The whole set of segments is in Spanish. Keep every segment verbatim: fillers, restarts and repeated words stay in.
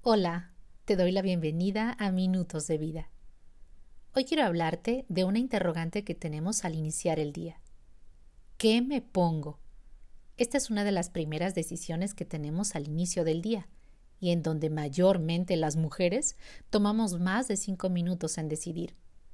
Hola, te doy la bienvenida a Minutos de Vida. Hoy quiero hablarte de una interrogante que tenemos al iniciar el día. ¿Qué me pongo? Esta es una de las primeras decisiones que tenemos al inicio del día y en donde mayormente las mujeres tomamos más de cinco minutos en decidir.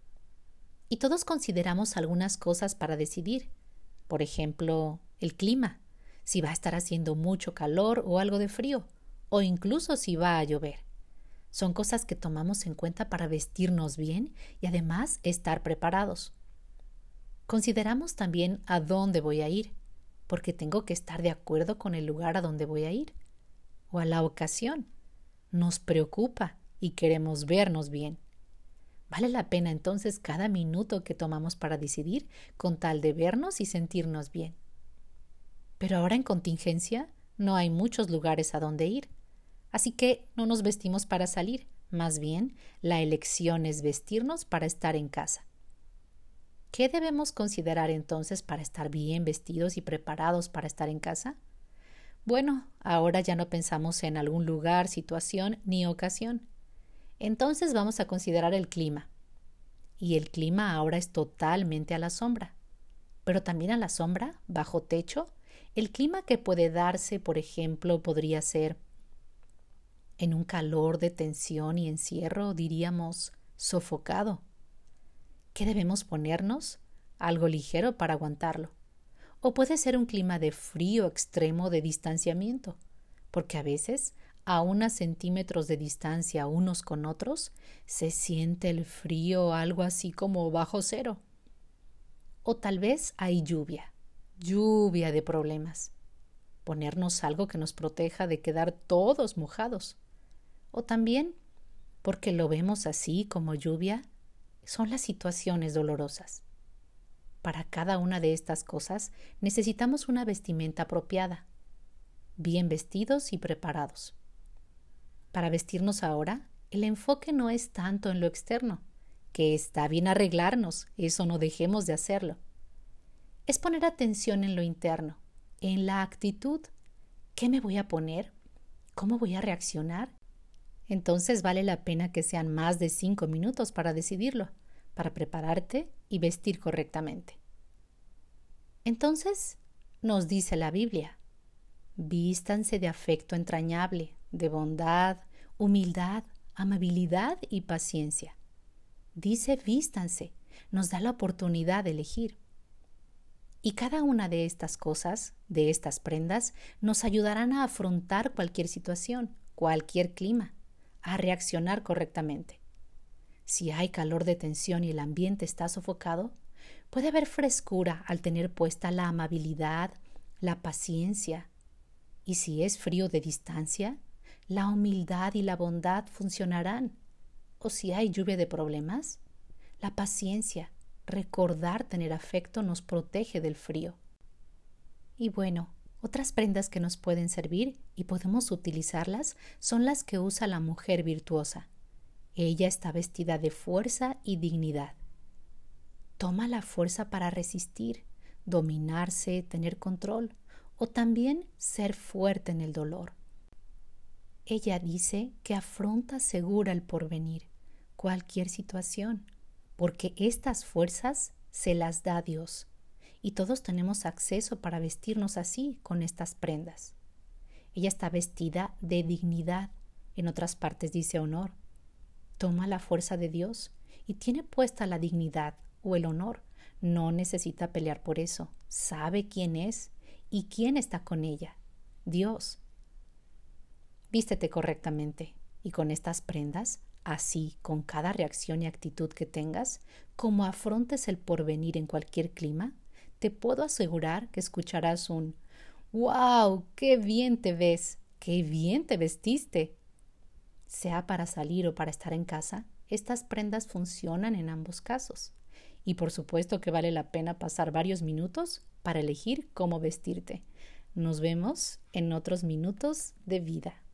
Y todos consideramos algunas cosas para decidir. Por ejemplo, el clima, si va a estar haciendo mucho calor o algo de frío, o incluso si va a llover. Son cosas que tomamos en cuenta para vestirnos bien y además estar preparados. Consideramos también a dónde voy a ir, porque tengo que estar de acuerdo con el lugar a donde voy a ir, o a la ocasión. Nos preocupa y queremos vernos bien. Vale la pena entonces cada minuto que tomamos para decidir con tal de vernos y sentirnos bien. Pero ahora en contingencia no hay muchos lugares a donde ir, así que no nos vestimos para salir, más bien la elección es vestirnos para estar en casa. ¿Qué debemos considerar entonces para estar bien vestidos y preparados para estar en casa? Bueno, ahora ya no pensamos en algún lugar, situación ni ocasión. Entonces vamos a considerar el clima. Y el clima ahora es totalmente a la sombra. Pero también a la sombra, bajo techo, el clima que puede darse, por ejemplo, podría ser en un calor de tensión y encierro, diríamos, sofocado. ¿Qué debemos ponernos? Algo ligero para aguantarlo. O puede ser un clima de frío extremo de distanciamiento, porque a veces, a unos centímetros de distancia unos con otros, se siente el frío algo así como bajo cero. O tal vez hay lluvia, lluvia de problemas. Ponernos algo que nos proteja de quedar todos mojados. O también, porque lo vemos así como lluvia, son las situaciones dolorosas. Para cada una de estas cosas necesitamos una vestimenta apropiada, bien vestidos y preparados. Para vestirnos ahora, el enfoque no es tanto en lo externo, que está bien arreglarnos, eso no dejemos de hacerlo. Es poner atención en lo interno, en la actitud. ¿Qué me voy a poner? ¿Cómo voy a reaccionar? Entonces vale la pena que sean más de cinco minutos para decidirlo, para prepararte y vestir correctamente. Entonces, nos dice la Biblia, vístanse de afecto entrañable, de bondad, humildad, amabilidad y paciencia. Dice vístanse, nos da la oportunidad de elegir. Y cada una de estas cosas, de estas prendas, nos ayudarán a afrontar cualquier situación, cualquier clima, a reaccionar correctamente. Si hay calor de tensión y el ambiente está sofocado, puede haber frescura al tener puesta la amabilidad, la paciencia. Y si es frío de distancia, la humildad y la bondad funcionarán. O si hay lluvia de problemas, la paciencia, recordar tener afecto nos protege del frío. Y bueno, otras prendas que nos pueden servir y podemos utilizarlas son las que usa la mujer virtuosa. Ella está vestida de fuerza y dignidad. Toma la fuerza para resistir, dominarse, tener control o también ser fuerte en el dolor. Ella dice que afronta segura el porvenir, cualquier situación, porque estas fuerzas se las da Dios y todos tenemos acceso para vestirnos así con estas prendas. Ella está vestida de dignidad, en otras partes dice honor. Toma la fuerza de Dios y tiene puesta la dignidad o el honor. No necesita pelear por eso. Sabe quién es y quién está con ella. Dios. Vístete correctamente y con estas prendas, así con cada reacción y actitud que tengas, como afrontes el porvenir en cualquier clima, te puedo asegurar que escucharás un ¡wow! ¡Qué bien te ves! ¡Qué bien te vestiste! Sea para salir o para estar en casa, estas prendas funcionan en ambos casos. Y por supuesto que vale la pena pasar varios minutos para elegir cómo vestirte. Nos vemos en otros minutos de vida.